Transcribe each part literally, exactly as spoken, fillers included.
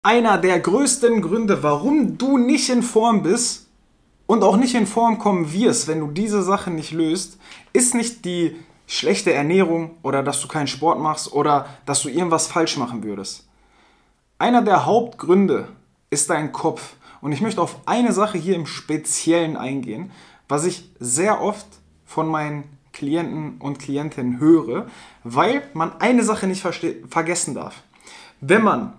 Einer der größten Gründe, warum du nicht in Form bist und auch nicht in Form kommen wirst, wenn du diese Sache nicht löst, ist nicht die schlechte Ernährung oder dass du keinen Sport machst oder dass du irgendwas falsch machen würdest. Einer der Hauptgründe ist dein Kopf. Und ich möchte auf eine Sache hier im Speziellen eingehen, was ich sehr oft von meinen Klienten und Klientinnen höre, weil man eine Sache nicht vergessen darf. Wenn man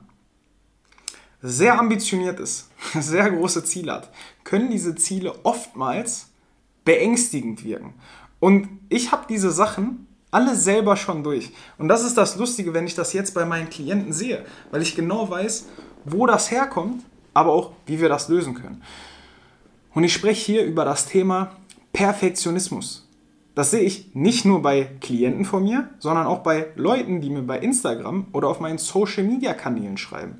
sehr ambitioniert ist, sehr große Ziele hat, können diese Ziele oftmals beängstigend wirken. Und ich habe diese Sachen alle selber schon durch. Und das ist das Lustige, wenn ich das jetzt bei meinen Klienten sehe, weil ich genau weiß, wo das herkommt, aber auch, wie wir das lösen können. Und ich spreche hier über das Thema Perfektionismus. Das sehe ich nicht nur bei Klienten von mir, sondern auch bei Leuten, die mir bei Instagram oder auf meinen Social-Media-Kanälen schreiben.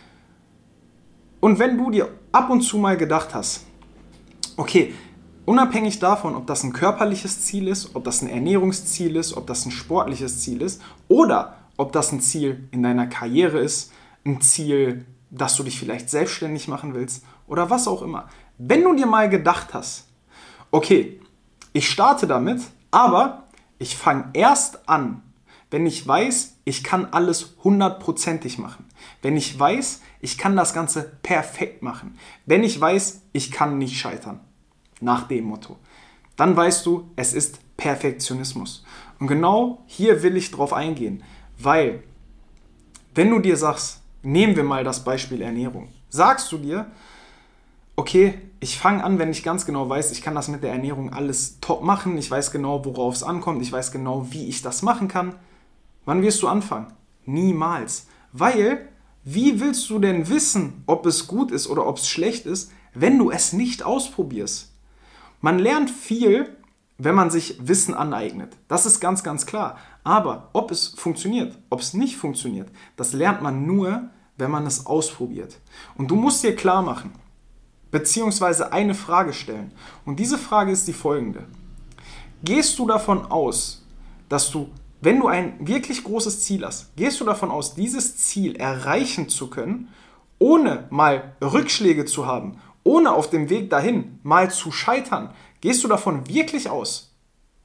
Und wenn du dir ab und zu mal gedacht hast, okay, unabhängig davon, ob das ein körperliches Ziel ist, ob das ein Ernährungsziel ist, ob das ein sportliches Ziel ist oder ob das ein Ziel in deiner Karriere ist, ein Ziel, dass du dich vielleicht selbstständig machen willst oder was auch immer. Wenn du dir mal gedacht hast, okay, ich starte damit, aber ich fange erst an, wenn ich weiß, ich kann alles hundertprozentig machen. Wenn ich weiß, ich kann das Ganze perfekt machen. Wenn ich weiß, ich kann nicht scheitern. Nach dem Motto. Dann weißt du, es ist Perfektionismus. Und genau hier will ich drauf eingehen. Weil, wenn du dir sagst, nehmen wir mal das Beispiel Ernährung. Sagst du dir, okay, ich fange an, wenn ich ganz genau weiß, ich kann das mit der Ernährung alles top machen. Ich weiß genau, worauf es ankommt. Ich weiß genau, wie ich das machen kann. Wann wirst du anfangen? Niemals. Weil, wie willst du denn wissen, ob es gut ist oder ob es schlecht ist, wenn du es nicht ausprobierst? Man lernt viel, wenn man sich Wissen aneignet. Das ist ganz, ganz klar. Aber ob es funktioniert, ob es nicht funktioniert, das lernt man nur, wenn man es ausprobiert. Und du musst dir klar machen, beziehungsweise eine Frage stellen. Und diese Frage ist die folgende. Gehst du davon aus, dass du, wenn du ein wirklich großes Ziel hast, gehst du davon aus, dieses Ziel erreichen zu können, ohne mal Rückschläge zu haben, ohne auf dem Weg dahin mal zu scheitern? Gehst du davon wirklich aus?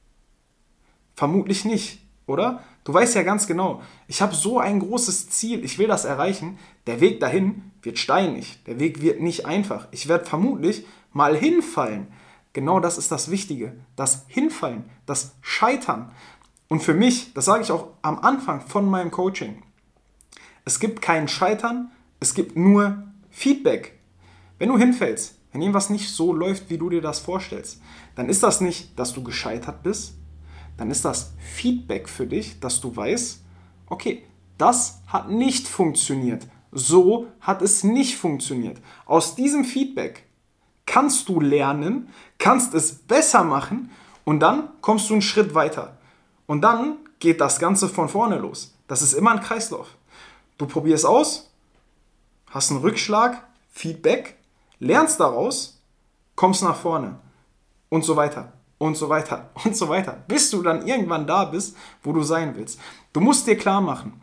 Vermutlich nicht, oder? Du weißt ja ganz genau, ich habe so ein großes Ziel, ich will das erreichen, der Weg dahin wird steinig, der Weg wird nicht einfach. Ich werde vermutlich mal hinfallen. Genau das ist das Wichtige, das Hinfallen, das Scheitern. Und für mich, das sage ich auch am Anfang von meinem Coaching, es gibt kein Scheitern, es gibt nur Feedback. Wenn du hinfällst, wenn irgendwas nicht so läuft, wie du dir das vorstellst, dann ist das nicht, dass du gescheitert bist, dann ist das Feedback für dich, dass du weißt, okay, das hat nicht funktioniert, so hat es nicht funktioniert. Aus diesem Feedback kannst du lernen, kannst es besser machen und dann kommst du einen Schritt weiter. Und dann geht das Ganze von vorne los. Das ist immer ein Kreislauf. Du probierst aus, hast einen Rückschlag, Feedback, lernst daraus, kommst nach vorne und so weiter und so weiter und so weiter, bis du dann irgendwann da bist, wo du sein willst. Du musst dir klar machen,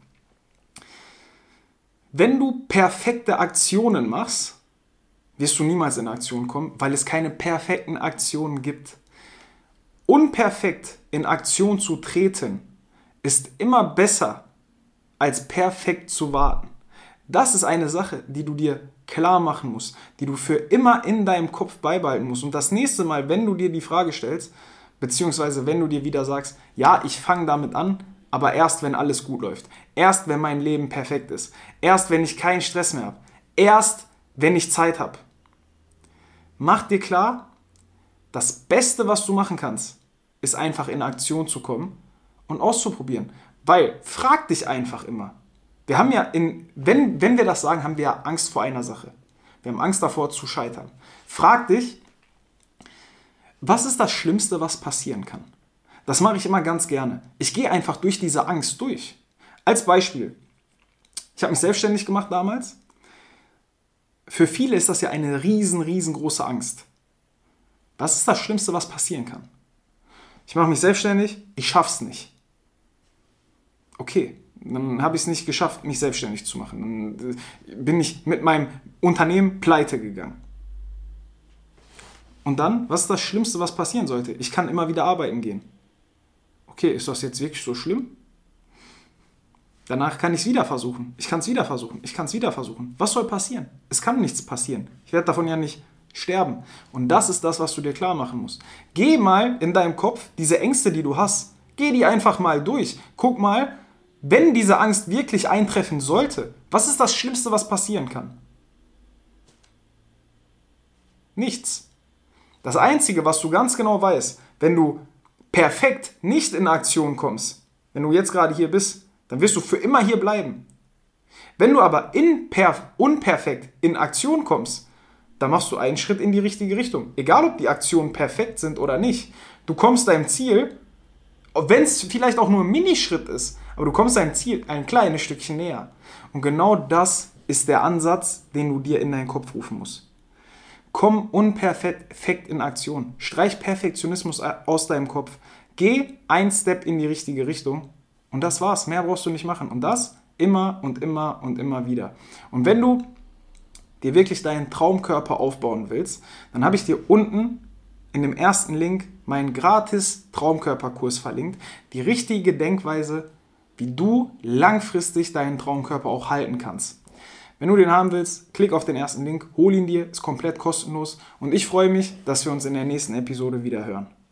wenn du perfekte Aktionen machst, wirst du niemals in Aktion kommen, weil es keine perfekten Aktionen gibt. Unperfekt in Aktion zu treten, ist immer besser, als perfekt zu warten. Das ist eine Sache, die du dir klar machen musst, die du für immer in deinem Kopf beibehalten musst. Und das nächste Mal, wenn du dir die Frage stellst, beziehungsweise wenn du dir wieder sagst, ja, ich fange damit an, aber erst, wenn alles gut läuft. Erst, wenn mein Leben perfekt ist. Erst, wenn ich keinen Stress mehr habe. Erst, wenn ich Zeit habe. Mach dir klar, das Beste, was du machen kannst, ist einfach in Aktion zu kommen und auszuprobieren. Weil, frag dich einfach immer. Wir haben ja, in, wenn, wenn wir das sagen, haben wir ja Angst vor einer Sache. Wir haben Angst davor zu scheitern. Frag dich, was ist das Schlimmste, was passieren kann? Das mache ich immer ganz gerne. Ich gehe einfach durch diese Angst durch. Als Beispiel, ich habe mich selbstständig gemacht damals. Für viele ist das ja eine riesen, riesengroße Angst. Was ist das Schlimmste, was passieren kann? Ich mache mich selbstständig, ich schaff's nicht. Okay, Dann habe ich es nicht geschafft, mich selbstständig zu machen. Dann bin ich mit meinem Unternehmen pleite gegangen. Und dann, was ist das Schlimmste, was passieren sollte? Ich kann immer wieder arbeiten gehen. Okay, ist das jetzt wirklich so schlimm? Danach kann ich es wieder versuchen. Ich kann es wieder versuchen. Ich kann es wieder versuchen. Was soll passieren? Es kann nichts passieren. Ich werde davon ja nicht sterben. Und das ist das, was du dir klar machen musst. Geh mal in deinem Kopf diese Ängste, die du hast, geh die einfach mal durch. Guck mal, wenn diese Angst wirklich eintreffen sollte, was ist das Schlimmste, was passieren kann? Nichts. Das Einzige, was du ganz genau weißt, wenn du perfekt nicht in Aktion kommst, wenn du jetzt gerade hier bist, dann wirst du für immer hier bleiben. Wenn du aber imperf- unperfekt in Aktion kommst, dann machst du einen Schritt in die richtige Richtung. Egal, ob die Aktionen perfekt sind oder nicht. Du kommst deinem Ziel, wenn es vielleicht auch nur ein Minischritt ist, aber du kommst deinem Ziel ein kleines Stückchen näher. Und genau das ist der Ansatz, den du dir in deinen Kopf rufen musst. Komm unperfekt in Aktion. Streich Perfektionismus aus deinem Kopf. Geh ein Step in die richtige Richtung. Und das war's. Mehr brauchst du nicht machen. Und das immer und immer und immer wieder. Und wenn du dir wirklich deinen Traumkörper aufbauen willst, dann habe ich dir unten in dem ersten Link meinen gratis Traumkörperkurs verlinkt. Die richtige Denkweise, wie du langfristig deinen Traumkörper auch halten kannst. Wenn du den haben willst, klick auf den ersten Link, hol ihn dir, ist komplett kostenlos. Und ich freue mich, dass wir uns in der nächsten Episode wieder hören.